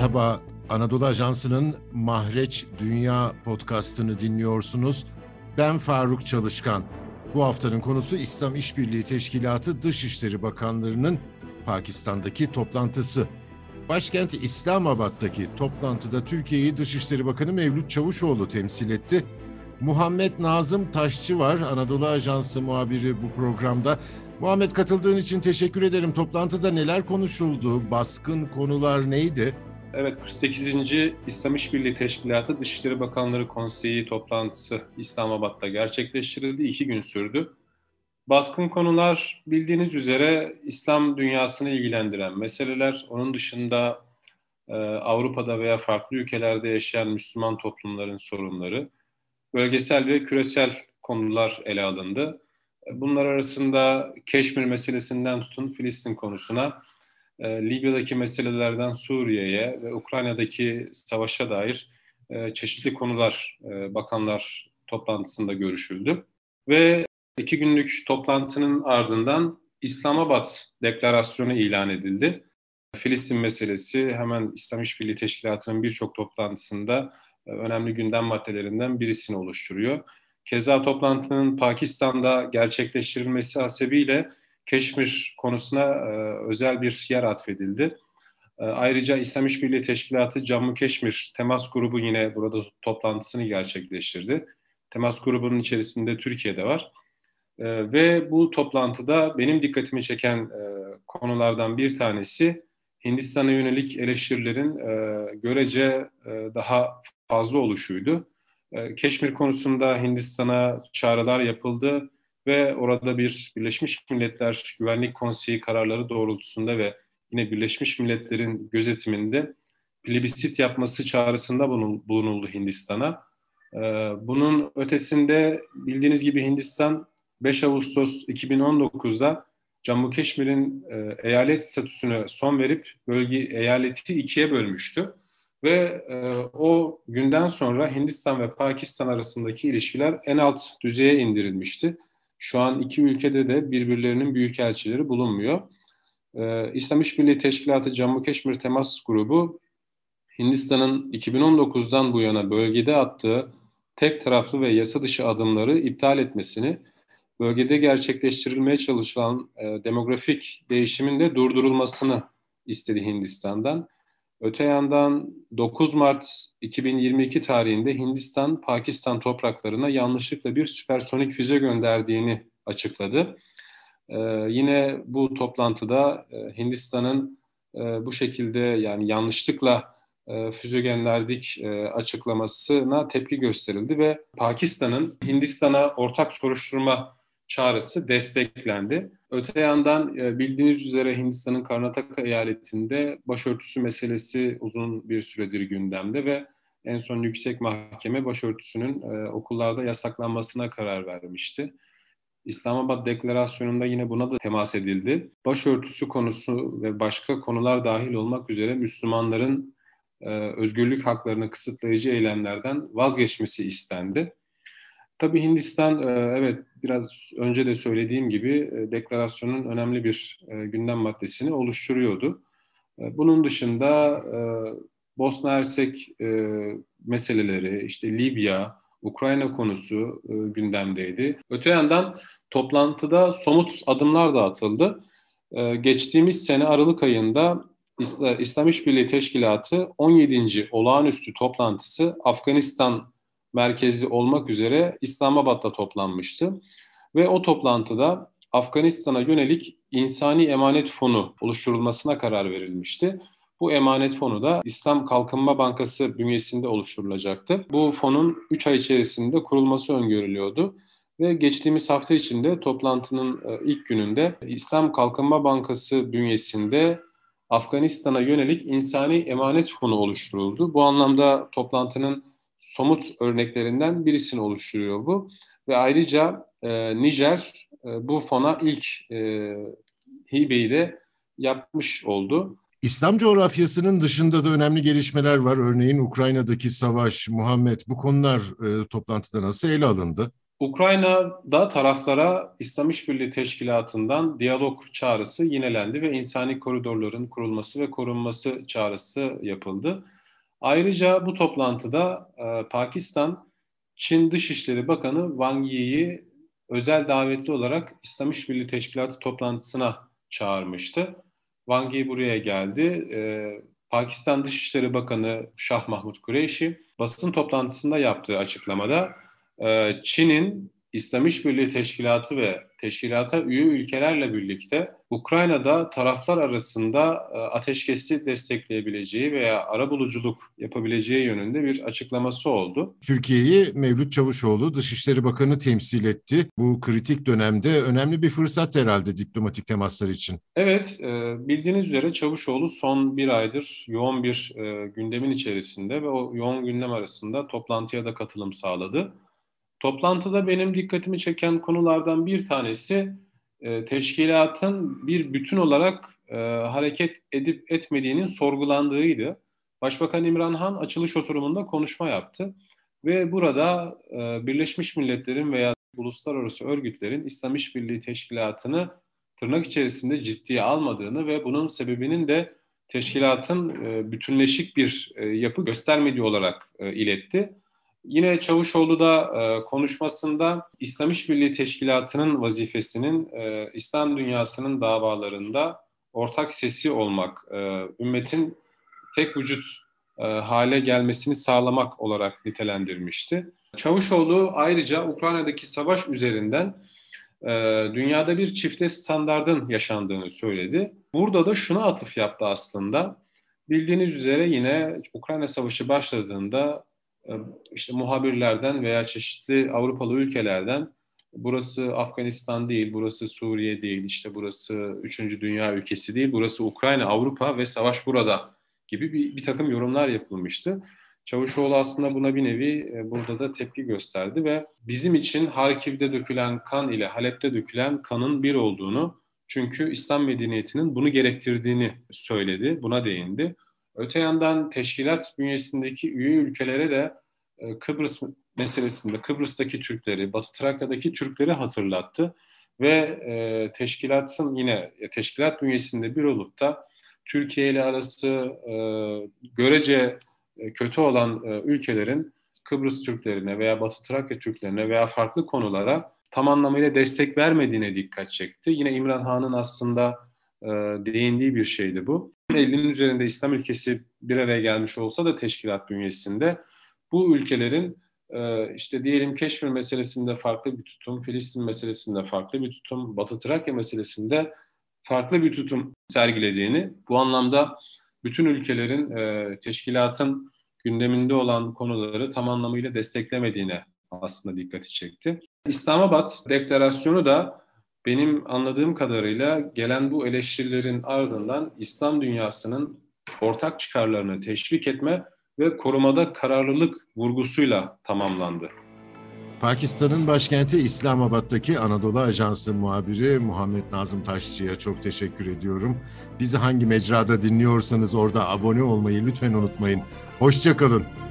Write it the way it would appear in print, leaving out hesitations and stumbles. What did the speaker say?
Merhaba, Anadolu Ajansı'nın Mahreç Dünya podcastını dinliyorsunuz. Ben Faruk Çalışkan. Bu haftanın konusu İslam İşbirliği Teşkilatı Dışişleri Bakanlarının Pakistan'daki toplantısı. Başkent İslamabad'daki toplantıda Türkiye'yi Dışişleri Bakanı Mevlüt Çavuşoğlu temsil etti. Muhammed Nazım Taşçı var, Anadolu Ajansı muhabiri bu programda. Muhammed, katıldığın için teşekkür ederim. Toplantıda neler konuşuldu? Baskın konular neydi? Evet, 48. İslam İşbirliği Teşkilatı Dışişleri Bakanları Konseyi toplantısı İslamabad'da gerçekleştirildi. 2 gün sürdü. Baskın konular bildiğiniz üzere İslam dünyasını ilgilendiren meseleler. Onun dışında Avrupa'da veya farklı ülkelerde yaşayan Müslüman toplumların sorunları, bölgesel ve küresel konular ele alındı. Bunlar arasında Keşmir meselesinden tutun Filistin konusuna, Libya'daki meselelerden Suriye'ye ve Ukrayna'daki savaşa dair çeşitli konular bakanlar toplantısında görüşüldü. Ve 2 günlük toplantının ardından İslamabad Deklarasyonu ilan edildi. Filistin meselesi hemen İslam İşbirliği Teşkilatı'nın birçok toplantısında önemli gündem maddelerinden birisini oluşturuyor. Keza toplantının Pakistan'da gerçekleştirilmesi hasebiyle Keşmir konusuna özel bir yer atfedildi. Ayrıca İslam İşbirliği Teşkilatı Cammu Keşmir Temas Grubu yine burada toplantısını gerçekleştirdi. Temas grubunun içerisinde Türkiye'de var. Ve bu toplantıda benim dikkatimi çeken konulardan bir tanesi Hindistan'a yönelik eleştirilerin görece daha fazla oluşuydu. Keşmir konusunda Hindistan'a çağrılar yapıldı ve orada bir Birleşmiş Milletler Güvenlik Konseyi kararları doğrultusunda ve yine Birleşmiş Milletler'in gözetiminde plebisit yapması çağrısında bulunuldu Hindistan'a. Bunun ötesinde bildiğiniz gibi Hindistan 5 Ağustos 2019'da Cammu Keşmir'in eyalet statüsüne son verip eyaleti ikiye bölmüştü. Ve o günden sonra Hindistan ve Pakistan arasındaki ilişkiler en alt düzeye indirilmişti. Şu an iki ülkede de birbirlerinin büyükelçileri bulunmuyor. İslam İşbirliği Teşkilatı Cammu Keşmir Temas Grubu, Hindistan'ın 2019'dan bu yana bölgede attığı tek taraflı ve yasa dışı adımları iptal etmesini, bölgede gerçekleştirilmeye çalışılan demografik değişimin de durdurulmasını istedi Hindistan'dan. Öte yandan 9 Mart 2022 tarihinde Hindistan, Pakistan topraklarına yanlışlıkla bir süpersonik füze gönderdiğini açıkladı. Yine bu toplantıda Hindistan'ın bu şekilde yani yanlışlıkla füze gönderdik açıklamasına tepki gösterildi ve Pakistan'ın Hindistan'a ortak soruşturma çağrısı desteklendi. Öte yandan bildiğiniz üzere Hindistan'ın Karnataka eyaletinde başörtüsü meselesi uzun bir süredir gündemde ve en son Yüksek Mahkeme başörtüsünün okullarda yasaklanmasına karar vermişti. İslamabad Deklarasyonu'nda yine buna da temas edildi. Başörtüsü konusu ve başka konular dahil olmak üzere Müslümanların özgürlük haklarını kısıtlayıcı eylemlerden vazgeçmesi istendi. Tabii Hindistan, evet biraz önce de söylediğim gibi deklarasyonun önemli bir gündem maddesini oluşturuyordu. Bunun dışında Bosna Hersek meseleleri, işte Libya, Ukrayna konusu gündemdeydi. Öte yandan toplantıda somut adımlar da atıldı. Geçtiğimiz sene Aralık ayında İslam İşbirliği Teşkilatı 17. olağanüstü toplantısı Afganistan merkezli olmak üzere İslamabad'da toplanmıştı. Ve o toplantıda Afganistan'a yönelik insani emanet fonu oluşturulmasına karar verilmişti. Bu emanet fonu da İslam Kalkınma Bankası bünyesinde oluşturulacaktı. Bu fonun 3 ay içerisinde kurulması öngörülüyordu. Ve geçtiğimiz hafta içinde toplantının ilk gününde İslam Kalkınma Bankası bünyesinde Afganistan'a yönelik insani emanet fonu oluşturuldu. Bu anlamda toplantının somut örneklerinden birisini oluşturuyor bu. Ve ayrıca Nijer bu fona ilk hibeyi de yapmış oldu. İslam coğrafyasının dışında da önemli gelişmeler var. Örneğin Ukrayna'daki savaş. Muhammed, bu konular toplantıda nasıl ele alındı? Ukrayna'da taraflara İslam İşbirliği Teşkilatı'ndan diyalog çağrısı yinelendi ve insani koridorların kurulması ve korunması çağrısı yapıldı. Ayrıca bu toplantıda Pakistan, Çin Dışişleri Bakanı Wang Yi'yi özel davetli olarak İslam İşbirliği Teşkilatı toplantısına çağırmıştı. Wang Yi buraya geldi. Pakistan Dışişleri Bakanı Şah Mahmud Kureyşi basın toplantısında yaptığı açıklamada Çin'in İslam İşbirliği Teşkilatı ve teşkilata üye ülkelerle birlikte Ukrayna'da taraflar arasında ateşkesi destekleyebileceği veya arabuluculuk yapabileceği yönünde bir açıklaması oldu. Türkiye'yi Mevlüt Çavuşoğlu Dışişleri Bakanı temsil etti. Bu kritik dönemde önemli bir fırsat herhalde diplomatik temaslar için. Evet, bildiğiniz üzere Çavuşoğlu son bir aydır yoğun bir gündemin içerisinde ve o yoğun gündem arasında toplantıya da katılım sağladı. Toplantıda benim dikkatimi çeken konulardan bir tanesi teşkilatın bir bütün olarak hareket edip etmediğinin sorgulandığıydı. Başbakan İmran Han açılış oturumunda konuşma yaptı ve burada Birleşmiş Milletler'in veya uluslararası örgütlerin İslam İşbirliği Teşkilatı'nı tırnak içerisinde ciddiye almadığını ve bunun sebebinin de teşkilatın bütünleşik bir yapı göstermediği olarak iletti. Yine Çavuşoğlu da konuşmasında İslam İşbirliği Teşkilatı'nın vazifesinin İslam dünyasının davalarında ortak sesi olmak, ümmetin tek vücut hale gelmesini sağlamak olarak nitelendirmişti. Çavuşoğlu ayrıca Ukrayna'daki savaş üzerinden dünyada bir çifte standardın yaşandığını söyledi. Burada da şuna atıf yaptı aslında. Bildiğiniz üzere yine Ukrayna Savaşı başladığında işte muhabirlerden veya çeşitli Avrupalı ülkelerden burası Afganistan değil, burası Suriye değil, işte burası 3. Dünya ülkesi değil, burası Ukrayna, Avrupa ve savaş burada gibi bir takım yorumlar yapılmıştı. Çavuşoğlu aslında buna bir nevi burada da tepki gösterdi ve bizim için Harkiv'de dökülen kan ile Halep'te dökülen kanın bir olduğunu, çünkü İslam medeniyetinin bunu gerektirdiğini söyledi, buna değindi. Öte yandan teşkilat bünyesindeki üye ülkelere de Kıbrıs meselesinde Kıbrıs'taki Türkleri, Batı Trakya'daki Türkleri hatırlattı ve teşkilat bünyesinde bir olup da Türkiye ile arası görece kötü olan ülkelerin Kıbrıs Türklerine veya Batı Trakya Türklerine veya farklı konulara tam anlamıyla destek vermediğine dikkat çekti. Yine İmran Han'ın aslında değindiği bir şeydi bu. 50'nin üzerinde İslam ülkesi bir araya gelmiş olsa da teşkilat bünyesinde bu ülkelerin işte diyelim Keşmir meselesinde farklı bir tutum, Filistin meselesinde farklı bir tutum, Batı Trakya meselesinde farklı bir tutum sergilediğini, bu anlamda bütün ülkelerin teşkilatın gündeminde olan konuları tam anlamıyla desteklemediğine aslında dikkati çekti. İslamabad Deklarasyonu da benim anladığım kadarıyla gelen bu eleştirilerin ardından İslam dünyasının ortak çıkarlarını teşvik etme ve korumada kararlılık vurgusuyla tamamlandı. Pakistan'ın başkenti İslamabad'daki Anadolu Ajansı muhabiri Muhammed Nazım Taşçı'ya çok teşekkür ediyorum. Bizi hangi mecrada dinliyorsanız orada abone olmayı lütfen unutmayın. Hoşça kalın.